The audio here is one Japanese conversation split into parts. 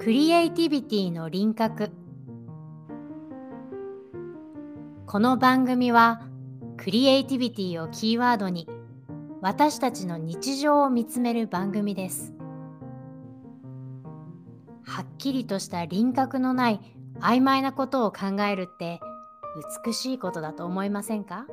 クリエイティビティの輪郭。この番組はクリエイティビティをキーワードに私たちの日常を見つめる番組です。はっきりとした輪郭のない曖昧なことを考えるって美しいことだと思いませんか？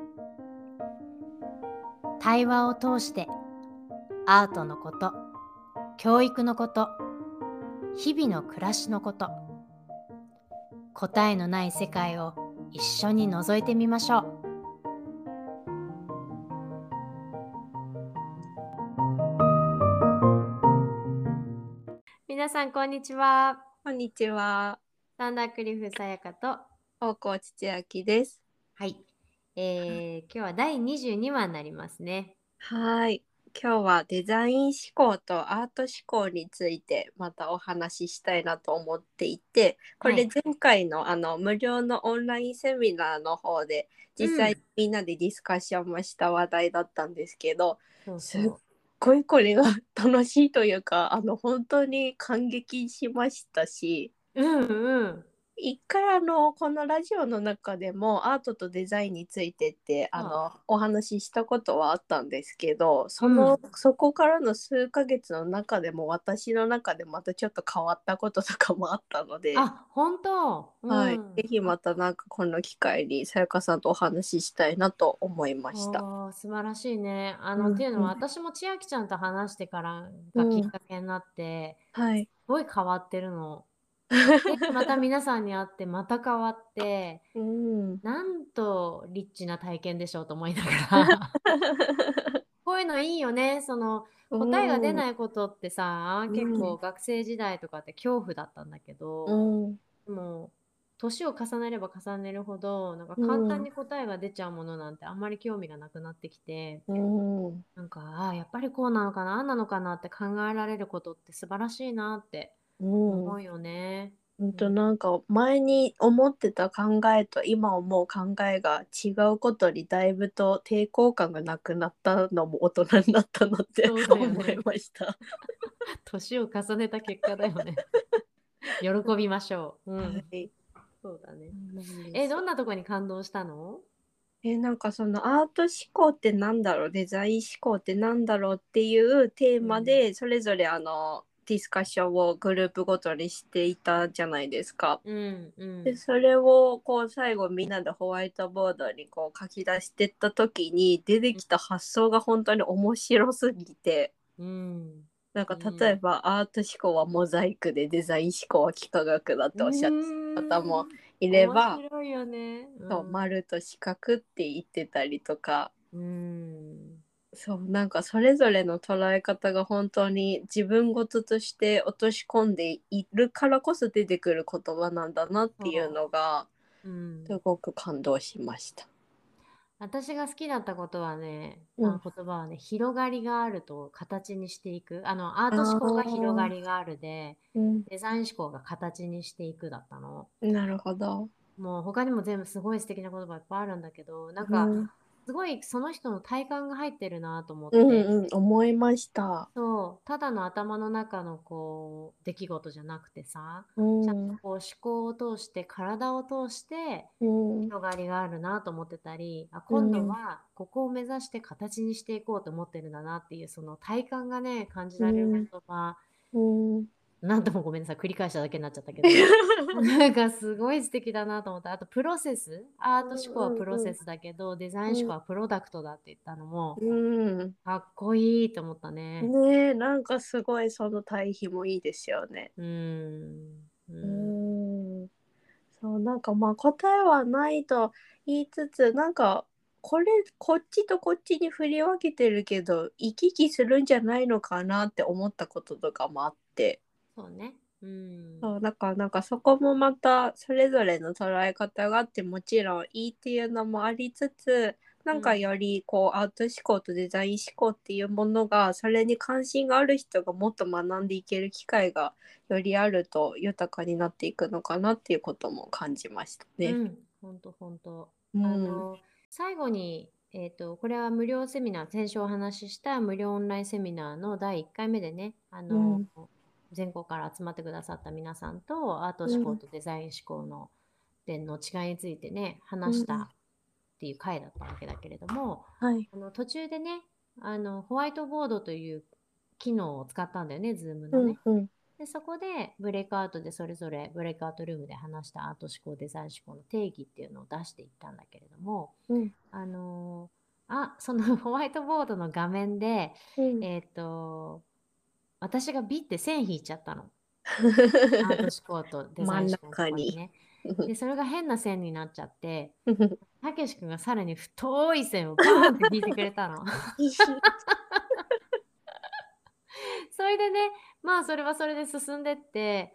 対話を通してアートのこと、教育のこと、日々の暮らしのこと、答えのない世界を一緒に覗いてみましょう。皆さんこんにちは。 こんにちは。 サンダークリフさやかと、 大河内千秋です。 はい、今日は第22話になりますね。 はい。今日はデザイン思考とアート思考についてまたお話ししたいなと思っていて、これはい。 前回の無料のオンラインセミナーの方で実際みんなでディスカッションもした話題だったんですけど、すっそうそごいこれが楽しいというか、本当に感激しましたし、 う。うんうん。 一回このラジオの中でもアートとデザインについてってあ、 お話ししたことはあったんですけど、 うん。 そこからの数ヶ月の中でも私の中でまたちょっと変わったこととかもあったので、 あ、本当。うはい、ぜん。 ひまたなんかこの機会にさやかさんとお話ししたいなと思いました。 素晴らしいね。っていうのはうんうん私も千秋ちゃんと話してからうがきっん、 かけになって、 はい。 すごい変わってるの。で、また皆さんに会ってまた変わって、 うん。 なんとリッチな体験でしょうと思いながら。こういうのいいよね。 う答えが出んないことってさ、結構うん学生時代とかって恐怖だったんだけうど、 んでも年を重ねれば重ねるほど、なんかう簡単んに答えが出ちゃうものなんてあんまり興味がなくなってきて、 うんなんか、やっぱりこうなのかな、あんなのかなって考えられることって素晴らしいなってうん。 思うよね。うん、 なんか前に思ってた考えと今思う考えが違うことにだいぶと抵抗感がなくなったのも大人になったなってそうだよ思いね。 ました。 年を重ねた結果だよね。喜びましょう。うはん。 い。 そうだね。 そうなんです。 どんなとこに感動したの？ なんかそのアート思考ってなんだろう、デザイン思考ってなんだろうっていうテーマうん。 でそれぞれディスカッションをグループごとにしていたじゃないですか。 うんうで、 んそれをこう最後みんなでホワイトボードにこう書き出してった時に出てきた発想が本当に面白すぎて、 うんなんか例えうんばアート思考はモザイクでデザイン思考は幾何学だっうておっしゃってた方もん。 いれ面ば、 白いよね。うそうん。 丸と四角って言ってたりとか、 うん。 そうなんかそれぞれの捉え方が本当に自分事として落とし込んでいるからこそ出てくる言葉なんだなっていうそのがう。うん。 すごく感動しました。 私が好きだったことはね、 うん。 言葉はね、広がりがあると形にしていく。アーあト思考が広があ、 りがあるで、 うん、 デザイン思考が形にしていくだったの。 なるほど。 もう他にも全部すごい素敵な言葉いっぱいあるんだけど、なんか、 うん、 すごいその人の体感が入ってるなと思っうん、 て、 うん、思いました。 そう、ただの頭の中のこう出来事じゃなくてさ、 うん、うちゃんとこう思考を通して体を通してん、 広がりがあるなと思ってたり、今度うん、 はここを目指して形にしていこうと思ってるんだなっていうその体感がね、感じられるうん、 言葉、 うん。 なんともごめんなさい、繰り返しただけになっちゃったけど、なんかすごい素敵だなと思った。あとプロセス、アート思考はプロセスだけど、デザイン思考はプロダクトだって言ったのも、 うん、うん。 かっこいいと思ったね。 ねえ、なんかすごいその対比もいいですよね。 うーん。ううん。 ん。そう、なんかまあ答えはないと言いつつ、なんかこれ、こっちとこっちに振り分けてるけど、行き来するんじゃないのかなって思ったこととかもあって。 そうね。うん。 そう、だからなんかそこもまたそれぞれの捉え方があってもちろんいいっていうのもありつつ、なんかうん。 よりこうアート思考とデザイン思考っていうものがそれに関心がある人がもっと学んでいける機会がよりあると豊かになっていくのかなっていうことも感じましたね。 うん。ほんとほんと。 うん。 最後に、これは無料セミナー、先週お話しした無料オンラインセミナーの第1回目でね、 うん。 全国から集まってくださった皆さんとアート思考うん。 とデザイン思考の点の違いについてね話したうん。 っていう回だったわけだけれども、 はい。 途中でねホワイトボードという機能を使ったんだよね、ズームのね。 うん。うん。 でそこでブレイクアウトでそれぞれブレイクアウトルームで話したアート思考デザイン思考の定義っていうのを出していったんだけれども、 うん。 あのそのホワイトボードの画面で、 うん。 私がビッて線引いちゃったの。アート思考とデザ真んイン思考のと中に。 こにね。で、それが変な線になっちゃって、 うん。 たけし君がさらに太い線をバーンって引いてくれたの。 ひひ。 それでね、まあそれはそれで進んでって、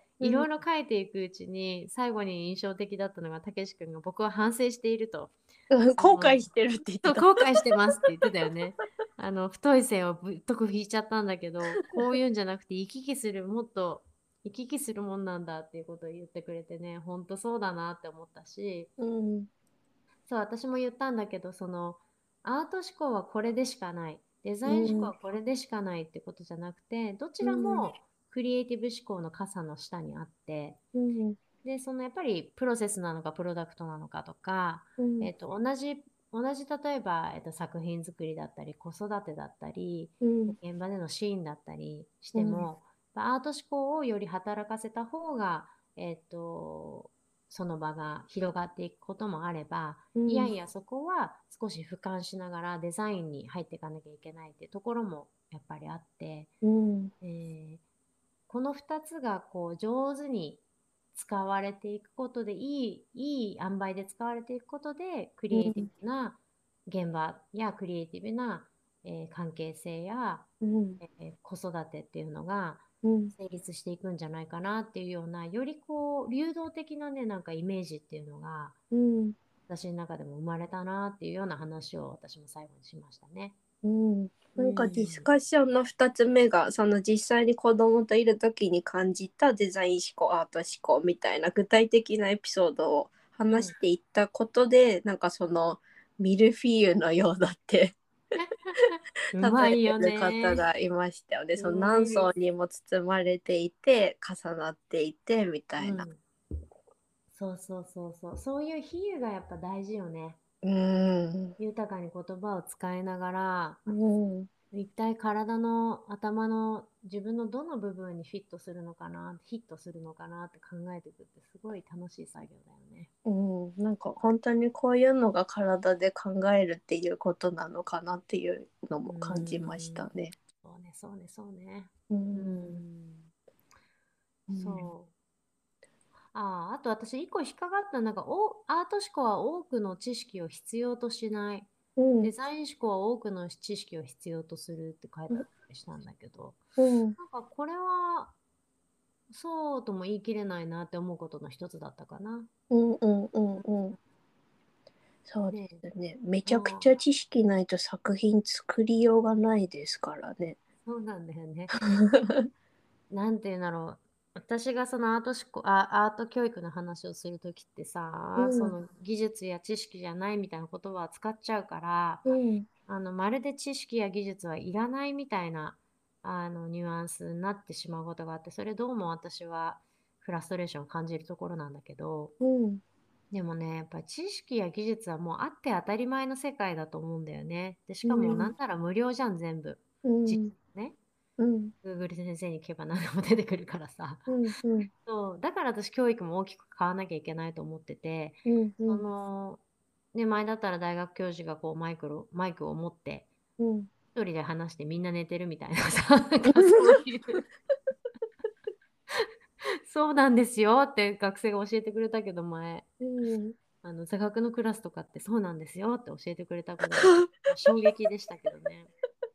いろうん。 いろ書いていくうちに、最後に印象的だったのが、たけし君が僕は反省していると。そ後の悔してるって言ってそう、 た。 後悔してますって言ってたよね。太い線をぶっとく引いちゃったんだけど、こういうんじゃなくて、行き来する、もっと行き来するもんなんだっていうことを言ってくれてね、ほんとそうだなって思ったし、 うん。 そう、私も言ったんだけど、アート思考はこれでしかない。デザイン思考うん。 はこれでしかないってことじゃなくて、どちうん。 らもクリエイティブ思考の傘の下にあって、 うん。 で、やっぱりプロセスなのかプロダクトなのかとか、 うん。 同じ例えば、作品作りだったり、子育てだったり、 うん。 現場でのシーンだったりしうん。 ても、アート思考をより働かせた方が、その場が広がっていくこともあれば、 うん。 いやいやそこは少し俯瞰しながらデザインに入っていかなきゃいけないっていうところもやっぱりあって、 うん。 えーこの2つがこう上手に使われていくことでいい塩梅で使われていくことでクリエイティブな現場やクリエイティブな、関係性や、 うん。 子育てっていうのがうん。 成立していくんじゃないかなっていうようなよりこう流動的なねなんかイメージっていうのがうん。 私の中でも生まれたなっていうような話を私も最後にしましたね。 うん。 うなんかディスん。 カッションの2つ目がその実際に子供といる時に感じたデザイン思考アート思考みたいな具体的なエピソードをうん。 話していったことでなんかそのミルフィーユのようだってう例まいよえてる方ね。 がいましたよね。その何うん。 層にも包まれていて重なっていてみたいな。 うん。そうそうそうそう。そういう比喩がやっぱ大事よね。 うん。 豊かに言葉を使いながら、 うん。 一体体の頭の自分のどの部分にフィットするのかなって考えていくってすごい楽しい作業だよね。 うん、なんか本当にこういうのが体で考えるっていうことなのかなっていうのうーも感じましん。 たね。 そうね、そうね、そうね。 ううーん。 ん。 うん。 そう。あと私一個引っかかったなんかアート思考は多くの知識を必要としない。 うん。 デザイン思考は多くの知識を必要とするって書いてあったりしたんだけど、 うん。 なんかこれはそうとも言い切れないなって思うことの一つだったかな。 うん。うん。うん。うん。そうでねえ、 すね。めちゃくうん、 ちゃ知識ないと作品作りようがないですからね。 そうなんだよね。なんていうんだろう。私がそのアート教育の話をするときってうさ、そん。 の技術や知識じゃないみたいな言葉を使っちゃうから、 うん。 まるで知識や技術はいらないみたいな、ニュアンスになってしまうことがあって、それどうも私はフラストレーションを感じるところなんだけど、 うん。 でもね、やっぱり知識や技術はもうあって当たり前の世界だと思うんだよね。で、しかもなんうん。 なら無料じゃん、全部。実うん。 ね。 うん。 Google 先生に聞けば何でも出てくるからさ。 うん。うん。 そう、だから私教育も大きく変わらなきゃいけないと思ってて、 うん。うそん。 の、ね、前だったら大学教授がこうマイクを持ってうん。 一人で話してみんな寝てるみたいなさ、なんかそういうそうなんですよって学生が教えてくれたけど前、 うん。 座学のクラスとかってそうなんですよって教えてくれたことがあって、衝撃でしたけどね。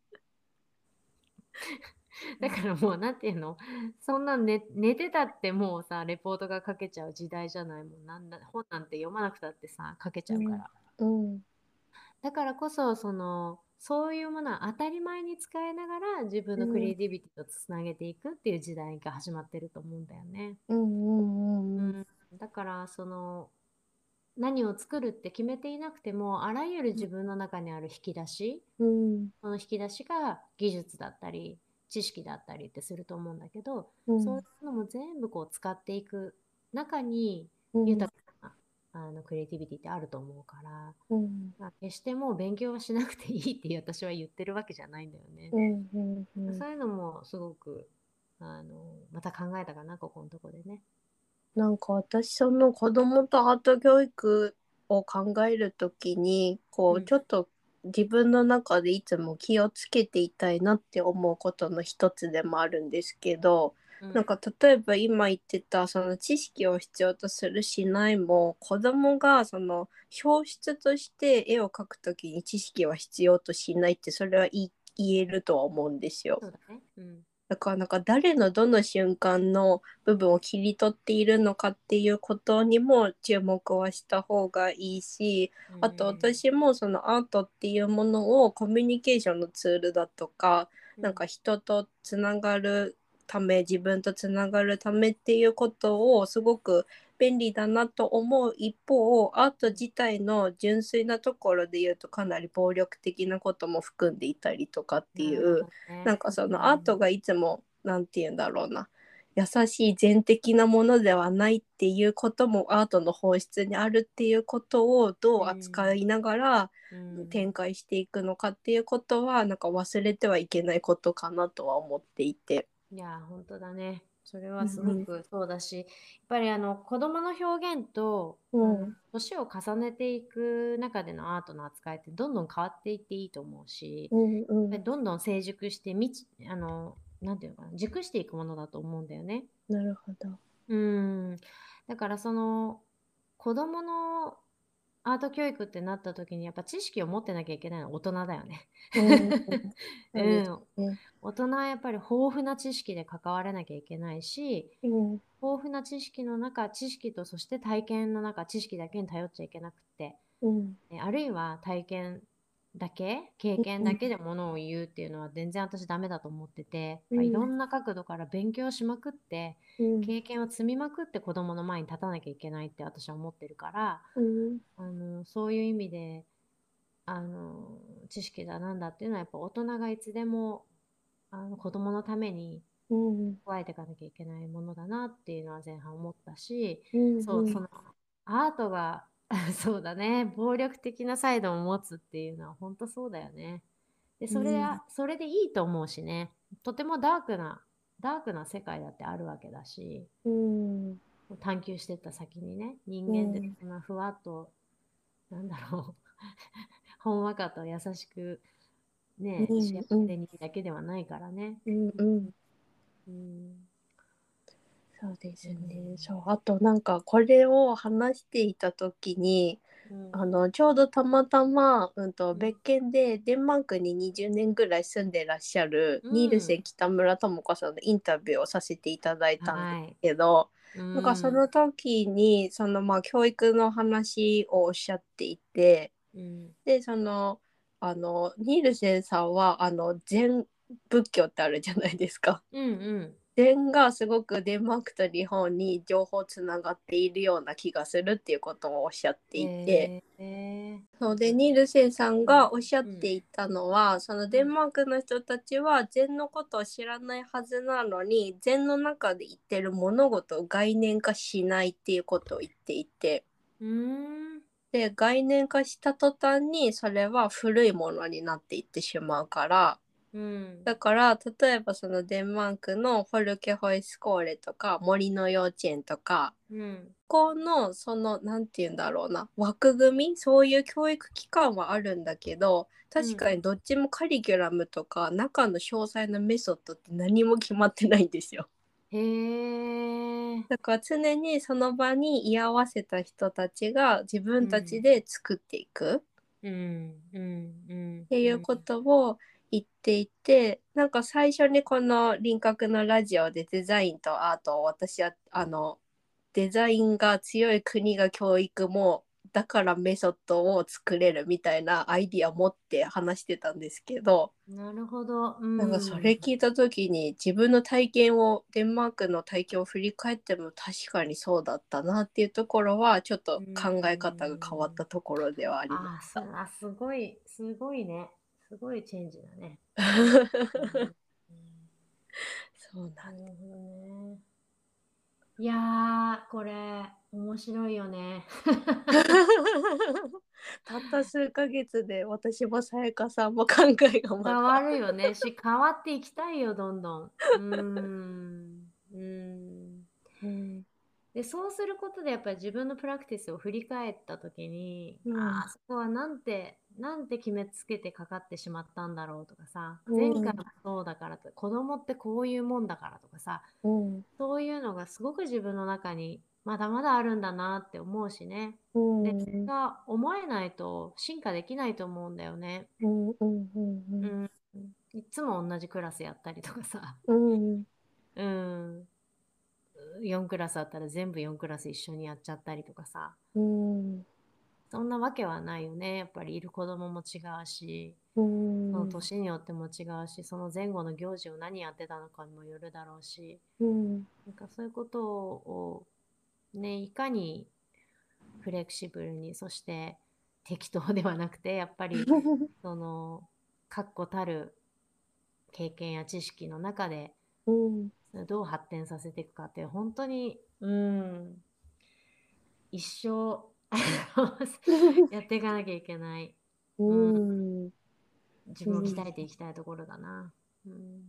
だからもうなんていうの、そんな寝てたってもうさ、レポートが書けちゃう時代じゃない。もん本なんて読まなくたってさ、書けちうん。 ゃうから。 うん。 だからこそ、そういうものは当たり前に使いながら自分のクリエイティビティをつなげていくっていう時代が始まってると思うんだよね。 うん。うん。 うん、だから何を作るって決めていなくてもあらゆる自分の中にある引き出し、 うん。 その引き出しが技術だったり知識だったりってすると思うんだけど、そういうんうのも全部こう使っていく中にうん豊かなクリエイティビティってあると思うから、 うんまあ、決してもう勉強はしなくていいって私は言ってるわけじゃないんだよね。 うんうんうん。 そういうのもすごくまた考えたかな、ここのとこでね。 なんか私その子供とアート教育を考えるときにこうんうちょっと自分の中でいつも気をつけていたいなって思うことの一つでもあるんですけど、 うんなんか例えば今言ってたその知識を必要とするしないも子供がその表出として絵を描くときに知識は必要としないってそれは言えるとは思うんですよ。 そうだね。うん。 だからなんか誰のどの瞬間の部分を切り取っているのかっていうことにも注目はした方がいいし、 うあとん。 私もそのアートっていうものをコミュニケーションのツールだとか、なんうん。 か人とつながるため、自分とつながるためっていうことをすごく便利だなと思う一方、アート自体の純粋なところで言うとかなり暴力的なことも含んでいたりとかってなるほいう、 どね。 なんかそのアートうん。 がいつもなんて言うんだろうな、優しい善的なものではないっていうこともアートの本質にあるっていうことをどうう扱ん。 いながらうん。 展開していくのかっていうことはなんか忘れてはいけないことかなとは思っていて。 いや、本当だね。それはすごうんくそうだし、やっぱり子供の表現と、 うん年を重ねていく中でのアートの扱いってどんどん変わっていっていいと思うし、 うんうやっぱりん。 どんどん成熟してなんていうのかな、熟していくものだと思うんだよね。 なるほど。 うん。だから子供のアート教育ってなった時にやっぱ知識を持ってなきゃいけないのは大人だよね。 うん、そうですうん。 ね。 大人はやっぱり豊富な知識で関わらなきゃいけないし、 うん豊富な知識の中、知識とそして体験の中、知識だけに頼っちゃいけなくって、 うんあるいは体験だけ、経験だけでものを言うっていうのは全然私ダメだと思ってて、やっぱいろうんんな角度から勉強しまくって、 うん経験を積みまくって子供の前に立たなきゃいけないって私は思ってるから、 うんそういう意味で、知識だなんだっていうのはやっぱ大人がいつでも子供のためにうん加えていかなきゃいけないものだなっていうのは前半思ったし、 うんそう、 うんアートがそうだね、暴力的なサイドを持つっていうのは本当そうだよね。で、 うんそれでいいと思うしね、とてもダークな世界だってあるわけだし、 うん探求していった先にね、人間ってうんそんなふわっと、なんだろう、ほんわかと優しくうね、幸んうんせにだけではないからね。 うんうん。 うん。 そうですうん。 ね。そう。あとなんかこれを話していた時に、 うん。 ちょうどたまたま、 うん。 別件でデンマークに20年ぐらい住んでらっしゃるうニールセンん。 北村智子さんのインタビューをさせていただいたんですはい。 けど、 うなんかそん。 の時にそのまあ教育の話をおっしゃっていて、 うん。 でそのニールセンさんは禅仏教ってあるじゃないですか。 うん。うん。 点がすごくデンマークと日本に情報つながっているような気がするっていうことをおっしゃっていて、そうでニールセンさんうん。 がおっしゃっうん。 ていたのはそのうん。 デンマークの人たちは禅のことを知らないはずなのに禅の中で言ってる物事を概念化しないっていうことを言っていて、 うん。 で概念化した途端にそれは古いものになっていってしまうから、 うん。 だから例えばそのデンマークのフォルケホイスコーレとか森の幼稚園とかうん。 このそのなんて言うんだろうな枠組み、そういう教育機関はあるんだけど確うん。 かにどっちもカリキュラムとか中の詳細なメソッドって何も決まってないんですよ。 へえ。 だから常にその場に居合わせた人たちが自分たちうん。 で作っていくうん。うん。うん。 っていうこうん。 とを言っていて、なんか最初にこの輪郭のラジオでデザインとアートを私はデザインが強い国が教育もだからメソッドを作れるみたいなアイディアを持って話してたんですけど、 なるほど。うなんかそん。 れ聞いた時に自分の体験をデンマークの体験を振り返っても確かにそうだったなっていうところはちょっうと考え方が変わったん。 ところではありまああ、 した。 すごい、すごいね。すごいチェンジだね。うん。うん。 面白いよね。 たった数ヶ月で私もさやかさんも考えがまた。 変わるよね。変わっていきたいよ、どんどん。うーん。 うん。 で、そうすることでやっぱり自分のプラクティスを振り返った時に、 うん。 ああ、そこはなんて決めつけてかかってしまったんだろうとかさ、前回うん。 もそうだからと、子供ってこういうもんだからとかさ、 うん。 そういうのがすごく自分の中にまだまだあるんだなって思うしね。 うで、それん。 が思えないと進化できないと思うんだよね。 うん。うん。うん。 うん。いつも同じクラスやったりとかさ、 うん。 うん。4クラスあったら全部4クラス一緒にやっちゃったりとかさ、 うん。 そんなわけはないよね。やっぱりいる子供も違うし、 うそのん。 年によっても違うし、その前後の行事を何やってたのかにもよるだろうし、 うん。 なんかそういうことをね、いかにフレキシブルに、そして適当ではなくて、やっぱりその確固たる経験や知識の中でうん。 どう発展させていくかって本当に、一生やっていかなきゃいけない、 ううん、 ん。 自分を鍛うん。 えていきたいところだな。うん、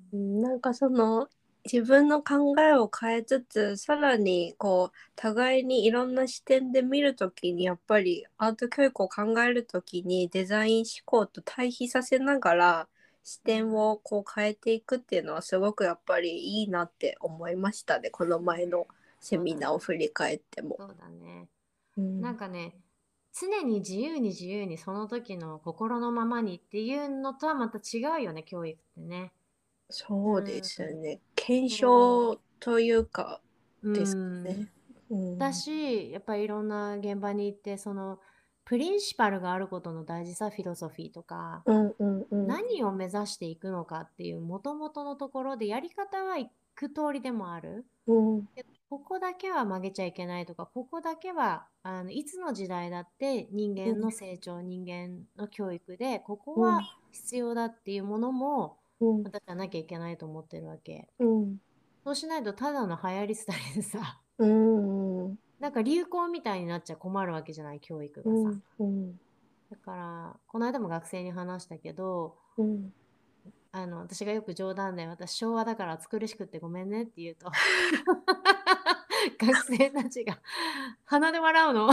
なんかその自分の考えを変えつつさらにこう互いにいろんな視点で見るときにやっぱりアート教育を考えるときにデザイン思考と対比させながら視点をこう変えていくっていうのはすごくやっぱりいいなって思いましたね、この前のセそうだね。 ミナーを振り返っても。 そうだね。 うん、 なんかね、常に自由にその時の心のままにっていうのとはまた違うよね、教育ってね。うそうでん、 すね、検そ証というかう。うですん。 ね。うだん、 し、やっぱりいろんな現場に行って、そのプリンシパルがあることの大事さ、フィロソフィーとか、 うんうんうん何を目指していくのかっていう元々のところでやり方は行く通りでもある。 うんここだけは曲げちゃいけないとか、ここだけはいつの時代だって人間の成長、人間の教育で、ここうんは必要だっていうものも、 うん私はなきゃいけないと思ってるわけ。 うん、 そうしないとただの流行り廃りでさ、 うん、うん、 なんか流行みたいになっちゃ困るわけじゃない、教育がさ。 うん、うん、 だから、この間も学生に話したけど、 うん、 私がよく冗談で、私昭和だから暑苦しくってごめんねって言うと、学生たちが鼻で笑うの。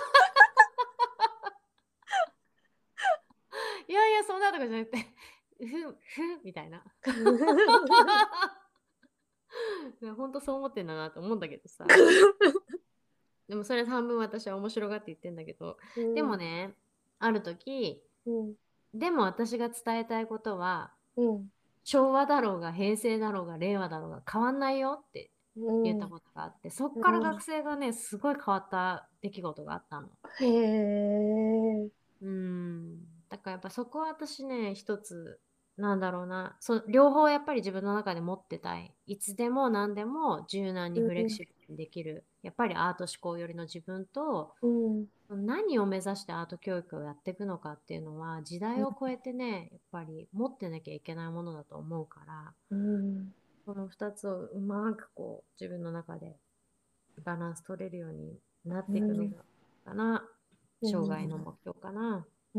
いやいや、そんなとかじゃなくて、みたいな。本当そう思ってんだなと思うんだけどさ。でもそれ半分私は面白がって言ってんだけど、でもね、ある時、でも私が伝えたいことは、昭和だろうが平成だろうが令和だろうが変わんないよって言ったことがあって、そっから学生がね、すごい変わった出来事があったの。 へえ、 だからやっぱそこは私ね、一つ、なんだろうな、両方やっぱり自分の中で持ってたい。いつでも何でも柔軟にフレキシブルにできる。やっぱりアート思考よりの自分と、 うん、 何を目指してアート教育をやっていくのかっていうのは、時代を超えてね、やっぱり持ってなきゃいけないものだと思うから、 うん、 この二つをうまくこう、自分の中でバランス取れるようになっていくのが、かな。生涯の目標かな。 うん、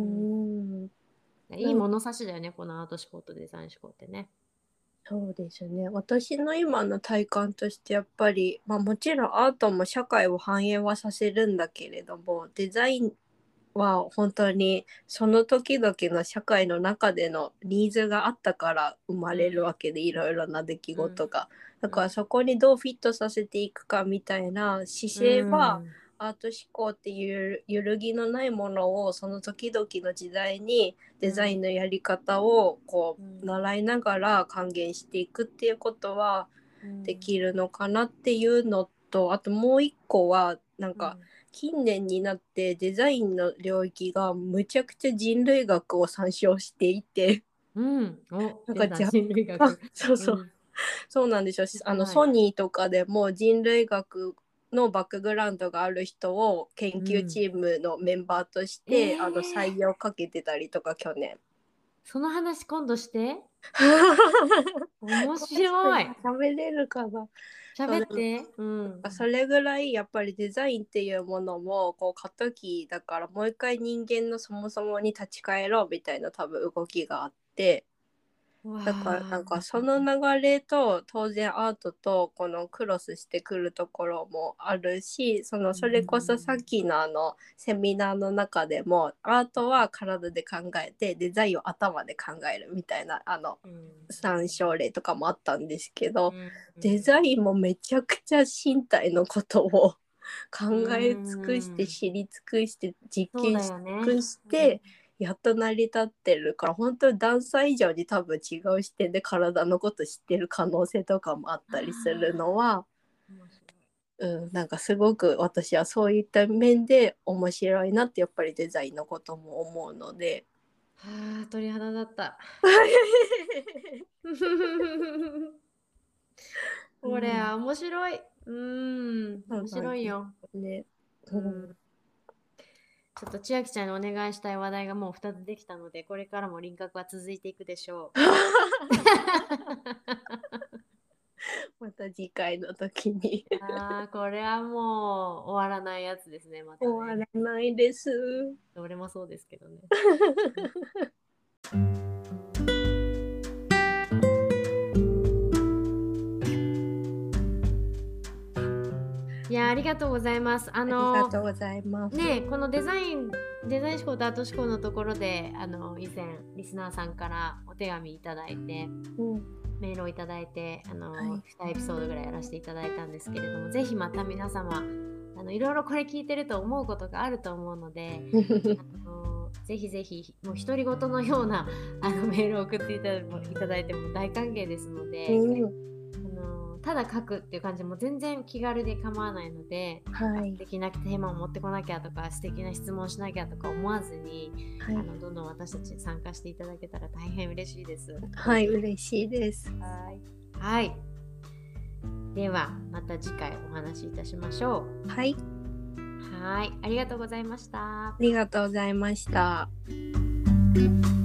いい物差しだよね、このアート思考とデザイン思考ってね。 そうですね。私の今の体感としてやっぱり、まあもちろんアートも社会を反映はさせるんだけれども、デザインは本当にその時々の社会の中でのニーズがあったから生まれるわけで、いろいろな出来事が。だからそこにどうフィットさせていくかみたいな姿勢は、アート思考っていう揺るぎのないものをその時々の時代にデザインのやり方をこう習いながら還元していくっていうことはできるのかなっていうのと、あともう一個はなんか近年になってデザインの領域がむちゃくちゃ人類学を参照していて、なんか人類学。 そうそう、そうなんですよ。ソニーとかでも人類学のバックグラウンドがある人を研究チームのメンバーとして、採用かけてたりとか去年。 その話今度して。面白い。 喋れるかな。 喋って。 それぐらいやっぱりデザインっていうものもこう過渡期だから、もう一回人間のそもそもに立ち返ろうみたいな多分動きがあって、だからなんかその流れと当然アートとこのクロスしてくるところもあるし、それこそさっきのセミナーの中でもアートは体で考えてデザインを頭で考えるみたいな参照例とかもあったんですけど、デザインもめちゃくちゃ身体のことを考え尽くして知り尽くして実験し尽くしてやっと成り立ってるから、本当にダンサー以上に多分違う視点で体のこと知ってる可能性とかもあったりするのは、なんかすごく私はそういった面で面白いなってやっぱりデザインのことも思うので。 はあ、鳥肌だった。これは面白い。面白いよ。 ね。 ちょっと千秋ちゃんにお願いしたい話題がもう2つできたので、これからも輪郭は続いていくでしょう。 また次回の時に。 これはもう終わらないやつですね。またね、 終わらないです。 俺もそうですけどね。いや、ありがとうございます。 ありがとうございます。 ね、このデザイン思考とアート思考のところで以前リスナーさんからお手紙いただいて、メールをいただいて2エピソードぐらいやらせていただいたんですけれども、ぜひまた皆様いろいろこれ聞いてると思うことがあると思うのでぜひぜひもう独り言のようなメールを送っていただいても大歓迎ですので、ただ書くっていう感じも全然気軽で構わないので、素敵なテーマを持ってこなきゃとか素敵な質問しなきゃとか思わずに、どんどん私たちに参加していただけたら大変嬉しいです。 はい、嬉しいです。 はい。ではまた次回お話しいたしましょう。 はい。 はい、ありがとうございました。 ありがとうございました。